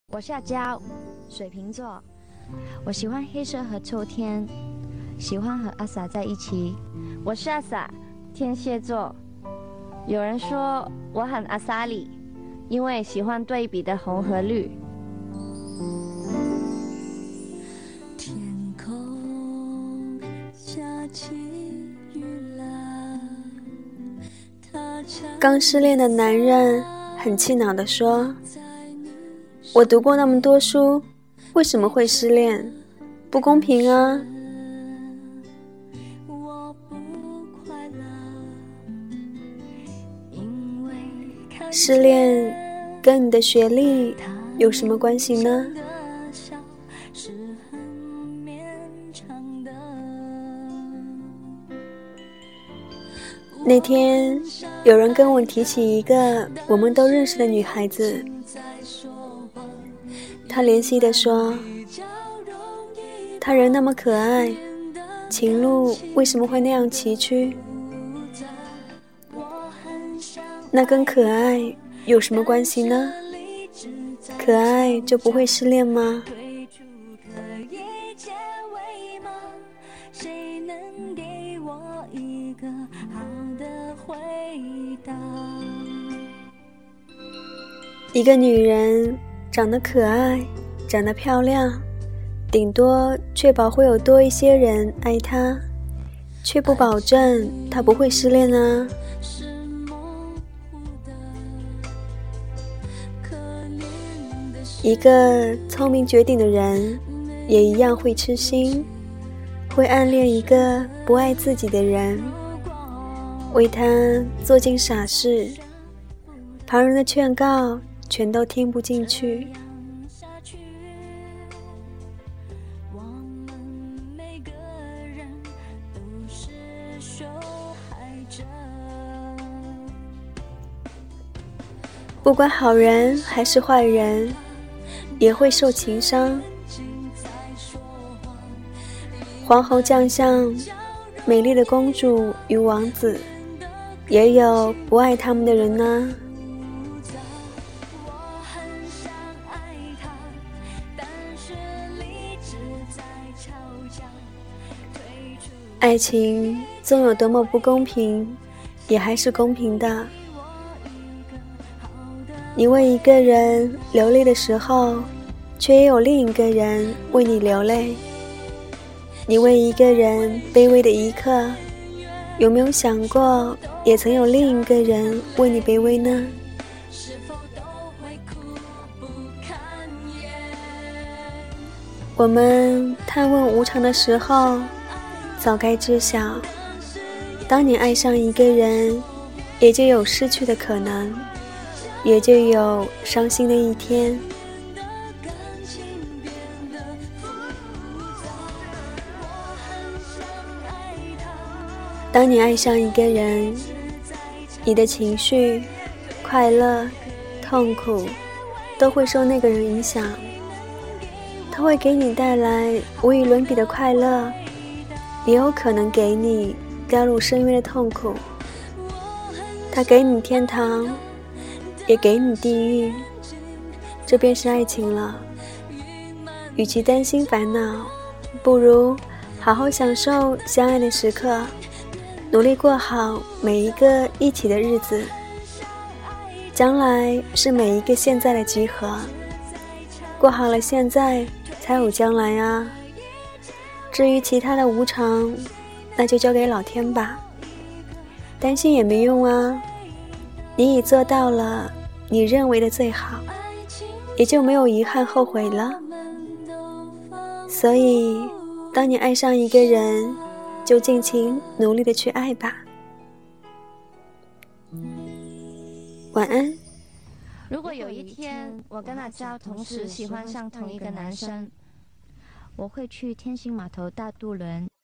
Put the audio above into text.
我是阿娇，水瓶座，我喜欢黑色和秋天，喜欢和阿 sa 在一起。 我是阿 sa， 天蝎座，有人说我很阿萨里，因为喜欢对比的红和绿。 天空下起雨了。 刚失恋的男人很气恼地说，我读过那么多书，为什么会失恋？不公平啊！失恋跟你的学历有什么关系呢？那天有人跟我提起一个我们都认识的女孩子，她怜惜地说，她人那么可爱，情路为什么会那样崎岖？那跟可爱有什么关系呢？可爱就不会失恋吗？一个女人长得可爱，长得漂亮，顶多确保会有多一些人爱她，却不保证她不会失恋啊。一个聪明绝顶的人也一样会痴心，会暗恋一个不爱自己的人，为他做尽傻事，旁人的劝告全都听不进去。不管好人还是坏人，也会受情伤。皇后将相，美丽的公主与王子，也有不爱他们的人呢。爱情纵有多么不公平，也还是公平的。你为一个人流泪的时候，却也有另一个人为你流泪。你为一个人卑微的一刻，有没有想过也曾有另一个人为你卑微呢？我们探问无常的时候，早该知晓，当你爱上一个人，也就有失去的可能，也就有伤心的一天。当你爱上一个人，你的情绪、快乐、痛苦都会受那个人影响。他会给你带来无与伦比的快乐，也有可能给你掉入深渊的痛苦。他给你天堂，也给你地狱，这便是爱情了。与其担心烦恼，不如好好享受相爱的时刻，努力过好每一个一起的日子。将来是每一个现在的集合，过好了现在，才有将来啊。至于其他的无常，那就交给老天吧，担心也没用啊。你已做到了你认为的最好，也就没有遗憾后悔了。所以当你爱上一个人，就尽情努力的去爱吧。晚安。 如果有一天我跟阿娇同时喜欢上同一个男生， 我会去天星码头大渡轮